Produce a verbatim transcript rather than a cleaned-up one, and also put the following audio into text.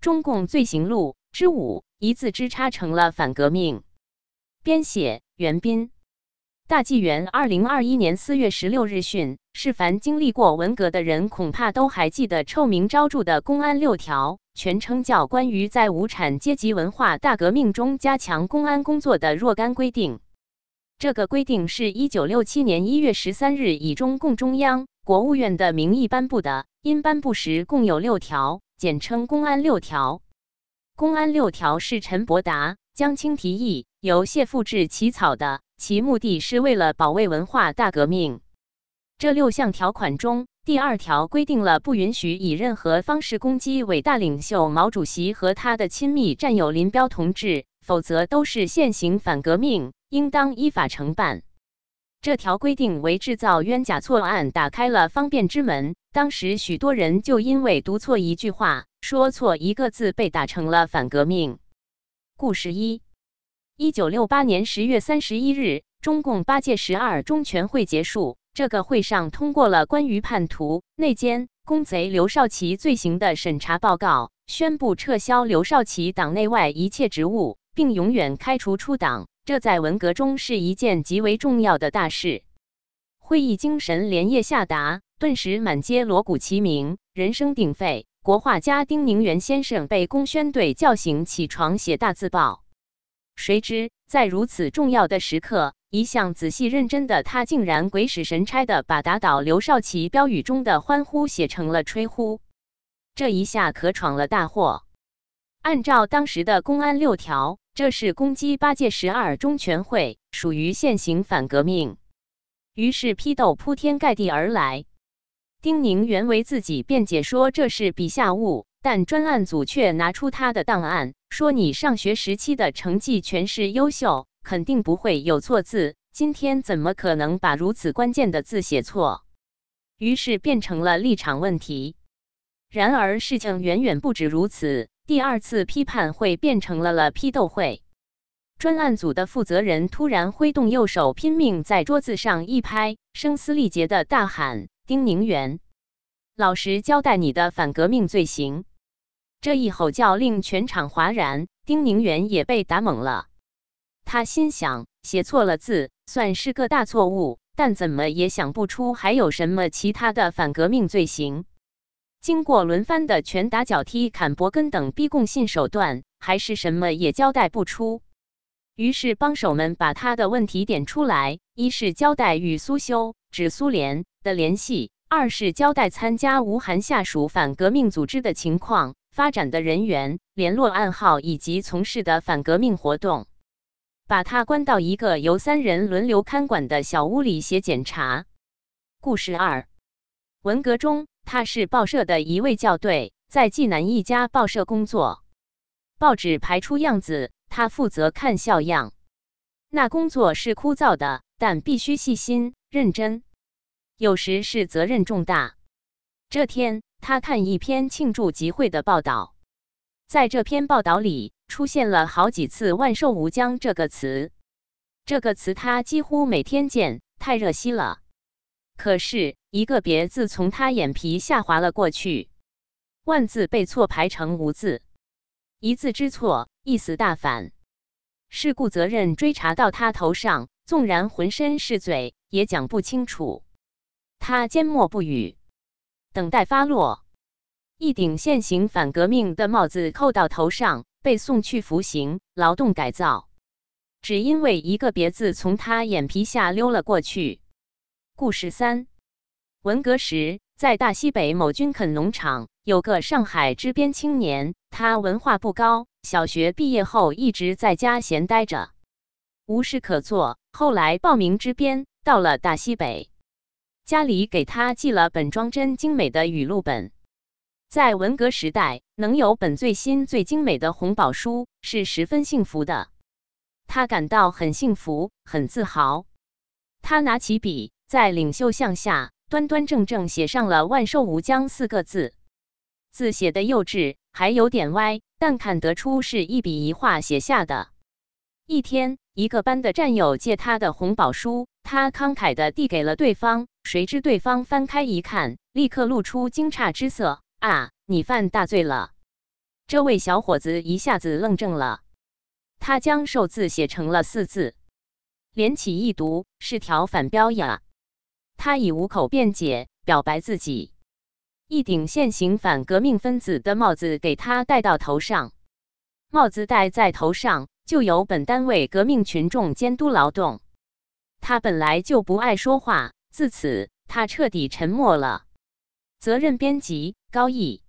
中共罪行录之五，一字之差成了反革命。编写：袁斌。大纪元二零二一年四月十六日讯，是凡经历过文革的人，恐怕都还记得臭名昭著的公安六条，全称叫《关于在无产阶级文化大革命中加强公安工作的若干规定》。这个规定是一九六七年一月十三日以中共中央、国务院的名义颁布的，因颁布时共有六条，简称公安六条。公安六条是陈伯达、江青提议，由谢富治起草的，其目的是为了保卫文化大革命。这六项条款中，第二条规定了不允许以任何方式攻击伟大领袖毛主席和他的亲密战友林彪同志，否则都是现行反革命，应当依法惩办。这条规定为制造冤假错案打开了方便之门，当时许多人就因为读错一句话，说错一个字被打成了反革命。故事一：一九六八年十月三十一日，中共八届十二中全会结束。这个会上通过了关于叛徒、内奸、公贼刘少奇罪行的审查报告，宣布撤销刘少奇党内外一切职务，并永远开除出党。这在文革中是一件极为重要的大事。会议精神连夜下达，顿时满街锣鼓齐鸣，人声鼎沸。国画家丁宁元先生被公宣队叫醒起床写大字报。谁知在如此重要的时刻，一向仔细认真的他竟然鬼使神差的把打倒刘少奇标语中的欢呼写成了吹呼。这一下可闯了大祸。按照当时的公安六条，这是攻击八届十二中全会，属于现行反革命。于是批斗铺天盖地而来。丁宁原为自己辩解说这是笔下误，但专案组却拿出他的档案，说你上学时期的成绩全是优秀，肯定不会有错字，今天怎么可能把如此关键的字写错？于是变成了立场问题。然而事情远远不止如此，第二次批判会变成了了批斗会。专案组的负责人突然挥动右手，拼命在桌子上一拍，声嘶力竭的大喊：丁宁元，老实交代你的反革命罪行！这一吼叫令全场哗然，丁宁元也被打懵了。他心想，写错了字，算是个大错误，但怎么也想不出还有什么其他的反革命罪行。经过轮番的拳打脚踢、砍脖根等逼供性手段，还是什么也交代不出。于是帮手们把他的问题点出来：一是交代与苏修指苏联的联系，二是交代参加吴晗下属反革命组织的情况、发展的人员、联络暗号以及从事的反革命活动。把他关到一个由三人轮流看管的小屋里写检查。故事二：文革中，他是报社的一位校对，在济南一家报社工作。报纸排出样子，他负责看校样。那工作是枯燥的，但必须细心认真，有时是责任重大。这天，他看一篇庆祝集会的报道，在这篇报道里出现了好几次万寿无疆这个词。这个词他几乎每天见，太热惜了。可是一个别字从他眼皮下滑了过去，万字被错排成无字，一字之错，意思大反。事故责任追查到他头上，纵然浑身是罪，也讲不清楚。他缄默不语，等待发落。一顶现行反革命的帽子扣到头上，被送去服刑、劳动改造，只因为一个别字从他眼皮下溜了过去。故事三：文革时，在大西北某军垦农场，有个上海支边青年，他文化不高，小学毕业后一直在家闲待着，无事可做。后来报名支边，到了大西北，家里给他寄了本装帧精美的语录本。在文革时代，能有本最新最精美的红宝书，是十分幸福的。他感到很幸福，很自豪。他拿起笔，在领袖像下端端正正写上了万寿无疆四个字。字写的幼稚，还有点歪，但看得出是一笔一画写下的。一天，一个班的战友借他的红宝书，他慷慨地递给了对方，谁知对方翻开一看，立刻露出惊诧之色：啊，你犯大罪了！ 这位小伙子一下子愣怔了，他将寿字写成了四字，连起一读是条反标呀。他以五口辩解，表白自己。一顶现行反革命分子的帽子给他戴到头上，帽子戴在头上，就由本单位革命群众监督劳动。他本来就不爱说话，自此他彻底沉默了。责任编辑：高毅。